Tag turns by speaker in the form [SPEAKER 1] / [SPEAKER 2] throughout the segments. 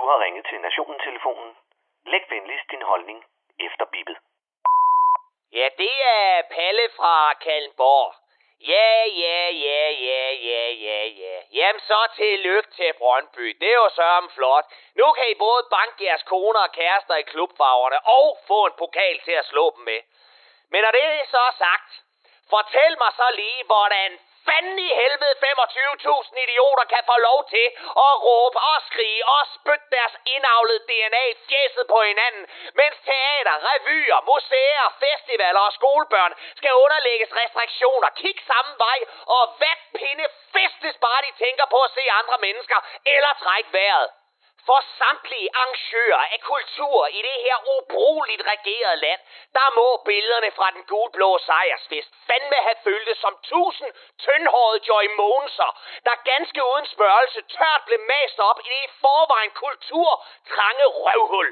[SPEAKER 1] har ringet til Nationen-telefonen. Læg venligst din holdning efter bippet.
[SPEAKER 2] Ja, det er Palle fra Kalmborg. Ja. Jamen så tillykke til Brøndby. Det er jo sørme flot. Nu kan I både banke jeres koner og kærester i klubfarverne og få en pokal til at slå dem med. Men når det er så sagt, fortæl mig så lige, hvordan fanden i helvede 25.000 idioter kan få lov til at råbe og skrige og spytte deres indavlede DNA i fjeset på hinanden, mens teater, revyer, museer, festivaler og skolebørn skal underlægges restriktioner, kigge samme vej og hvad pinde festes bare de tænker på at se andre mennesker eller trække vejret. For samtlige arrangører af kultur i det her ubrugeligt regerede land, der må billederne fra den gulblå sejrsfest fandme have føltes som 1000 tyndhårede Joy Mogenser, der ganske uden spørgelse tørt blev mast op i det i forvejen kulturtrange røvhul.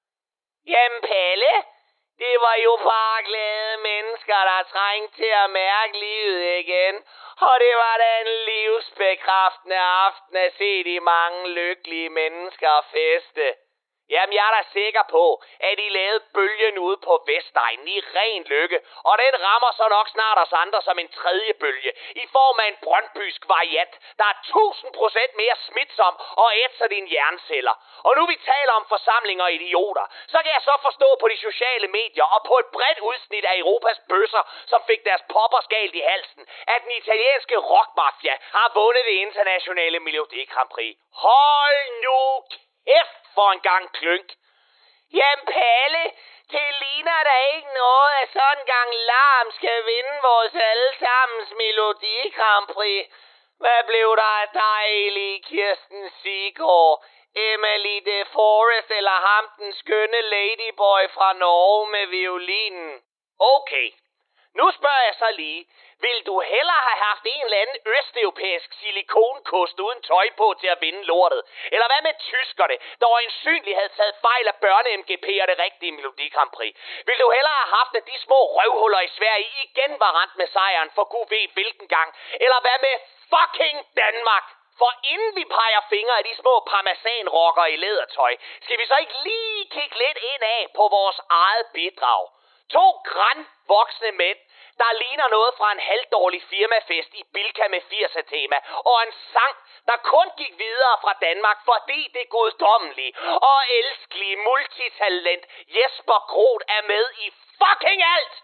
[SPEAKER 2] Jamen Palle, det var jo bare glade mennesker, der trængte til at mærke livet igen. Og det var da en livsbekræftende aften at se de mange lykkelige mennesker feste. Jamen, jeg er da sikker på, at I lavede bølgen ude på Vestegnen i ren lykke, og den rammer så nok snart os andre som en tredje bølge, i form af en brøndbysk variant, der er 1000% mere smitsom og ætser dine hjerneceller. Og nu vi taler om forsamlinger og idioter, så kan jeg så forstå på de sociale medier og på et bredt udsnit af Europas bøsser, som fik deres poppers galt i halsen, at den italienske rockmafia har vundet det internationale Melodi Grand Prix. Hold nu kæft for en gang klynk. Jamen Palle, det ligner da ikke noget, at sådan en gang larm skal vinde vores allesammens Melodi Grand Prix. Hvad blev der af dejlige Kirsten Sigård, Emily de Forest eller ham den skønne ladyboy fra Norge med violinen? Okay, nu spørger jeg så lige. Vil du hellere have haft en eller anden østeuropæisk silikonkost uden tøj på til at vinde lortet? Eller hvad med tyskerne, der øjensynligt havde taget fejl af børne-MGP og det rigtige Melodi Grand Prix? Vil du hellere have haft, at de små røvhuller i Sverige igen var rendt med sejren for gud ved hvilken gang? Eller hvad med fucking Danmark? For inden vi peger fingre af de små parmesanrockere i lædertøj, skal vi så ikke lige kigge lidt ind af på vores eget bidrag. 2 voksne mænd, der ligner noget fra en halvdårlig firmafest i Bilka med 80'er tema, og en sang, der kun gik videre fra Danmark, fordi det guddommelige og elskelige multitalent Jesper Groth er med i fucking alt!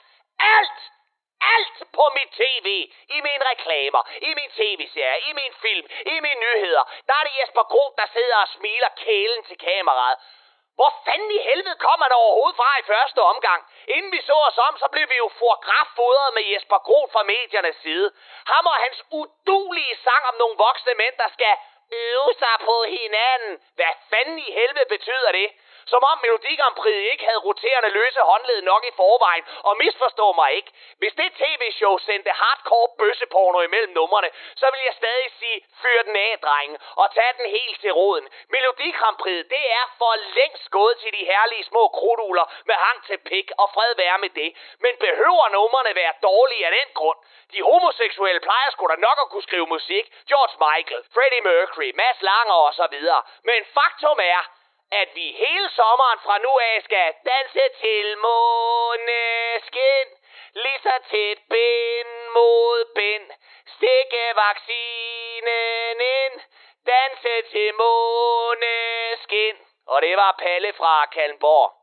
[SPEAKER 2] Alt på mit tv, i mine reklamer, i min tv-serie, i min film, i mine nyheder. Der er det Jesper Groth, der sidder og smiler kælen til kameraet. Hvor fanden i helvede kommer der overhovedet fra i første omgang? Inden vi så os om, så blev vi jo fotograffodret med Jesper Groth fra mediernes side. Ham og hans udulige sang om nogle voksne mænd, der skal øve sig på hinanden. Hvad fanden i helvede betyder det? Som om Melodi Grand Prix ikke havde roterende løse håndled nok i forvejen. Og misforstå mig ikke. Hvis det tv-show sendte hardcore bøsseporno imellem numrene, så vil jeg stadig sige, fyr den af, drengen, og tag den helt til roden. Melodi Grand Prix, det er for længst gået til de herlige små krudtugler med hang til pik, og fred være med det. Men behøver numrene være dårlige af den grund? De homoseksuelle plejer sgu da nok at kunne skrive musik. George Michael, Freddie Mercury, Mads Langer og så videre. Men faktum er, at vi hele sommeren fra nu af skal danse til måneskin, lige så tæt bind mod bind, stikke vaccinen ind, danse til måneskin. Og det var Palle fra Kalmborg.